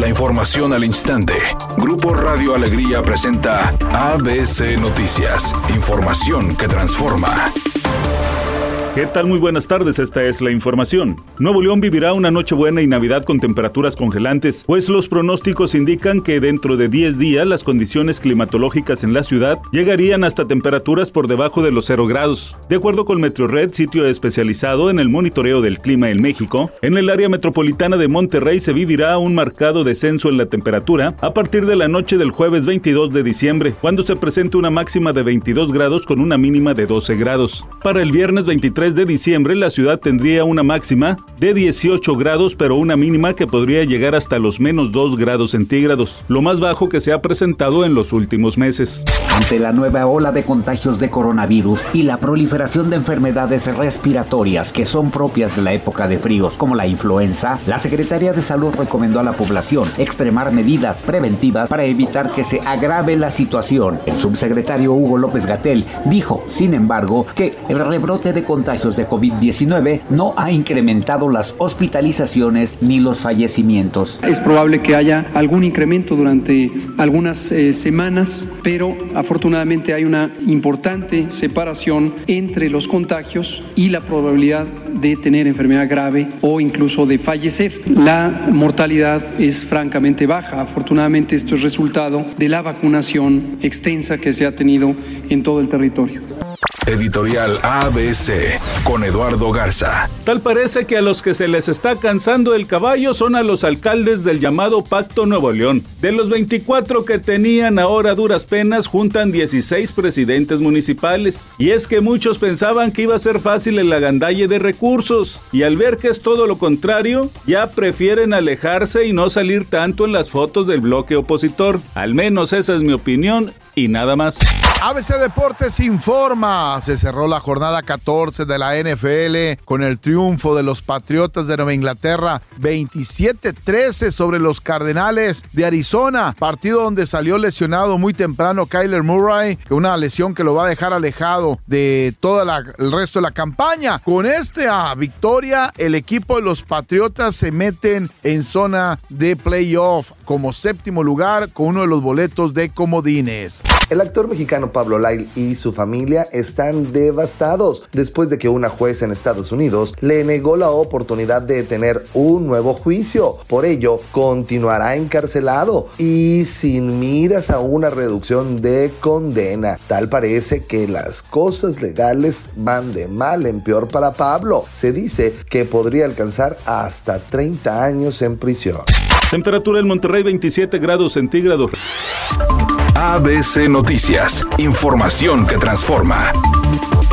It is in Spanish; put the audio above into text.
La información al instante. Grupo Radio Alegría presenta ABC Noticias. Información que transforma. ¿Qué tal? Muy buenas tardes, esta es la información. Nuevo León vivirá una Nochebuena y Navidad con temperaturas congelantes, pues los pronósticos indican que dentro de 10 días las condiciones climatológicas en la ciudad llegarían hasta temperaturas por debajo de los 0 grados. De acuerdo con Meteorred, sitio especializado en el monitoreo del clima en México, en el área metropolitana de Monterrey se vivirá un marcado descenso en la temperatura a partir de la noche del jueves 22 de diciembre, cuando se presenta una máxima de 22 grados con una mínima de 12 grados. Para el viernes 23 de diciembre, la ciudad tendría una máxima de 18 grados, pero una mínima que podría llegar hasta los menos 2 grados centígrados, lo más bajo que se ha presentado en los últimos meses. Ante la nueva ola de contagios de coronavirus y la proliferación de enfermedades respiratorias que son propias de la época de fríos, como la influenza, la Secretaría de Salud recomendó a la población extremar medidas preventivas para evitar que se agrave la situación. El subsecretario Hugo López-Gatell dijo, sin embargo, que el rebrote de contagios de COVID-19 no ha incrementado las hospitalizaciones ni los fallecimientos. Es probable que haya algún incremento durante algunas semanas, pero afortunadamente hay una importante separación entre los contagios y la probabilidad de tener enfermedad grave o incluso de fallecer. La mortalidad es francamente baja. Afortunadamente esto es resultado de la vacunación extensa que se ha tenido en todo el territorio. Editorial ABC con Eduardo Garza. Tal parece que a los que se les está cansando el caballo son a los alcaldes del llamado Pacto Nuevo León. De los 24 que tenían, ahora a duras penas juntan 16 presidentes municipales. Y es que muchos pensaban que iba a ser fácil el agandalle de recursos, y al ver que es todo lo contrario, ya prefieren alejarse y no salir tanto en las fotos del bloque opositor. Al menos esa es mi opinión y nada más. ABC Deportes informa. Se cerró la jornada 14 de la NFL con el triunfo de los Patriotas de Nueva Inglaterra 27-13 sobre los Cardenales de Arizona, partido donde salió lesionado muy temprano Kyler Murray, una lesión que lo va a dejar alejado de todo el resto de la campaña. Con esta victoria, el equipo de los Patriotas se meten en zona de playoff como séptimo lugar con uno de los boletos de comodines. El actor mexicano Pablo Lyle y su familia están devastados después de que una juez en Estados Unidos le negó la oportunidad de tener un nuevo juicio. Por ello, continuará encarcelado y sin miras a una reducción de condena. Tal parece que las cosas legales van de mal en peor para Pablo. Se dice que podría alcanzar hasta 30 años en prisión. Temperatura en Monterrey 27 grados centígrados. ABC Noticias. Información que transforma.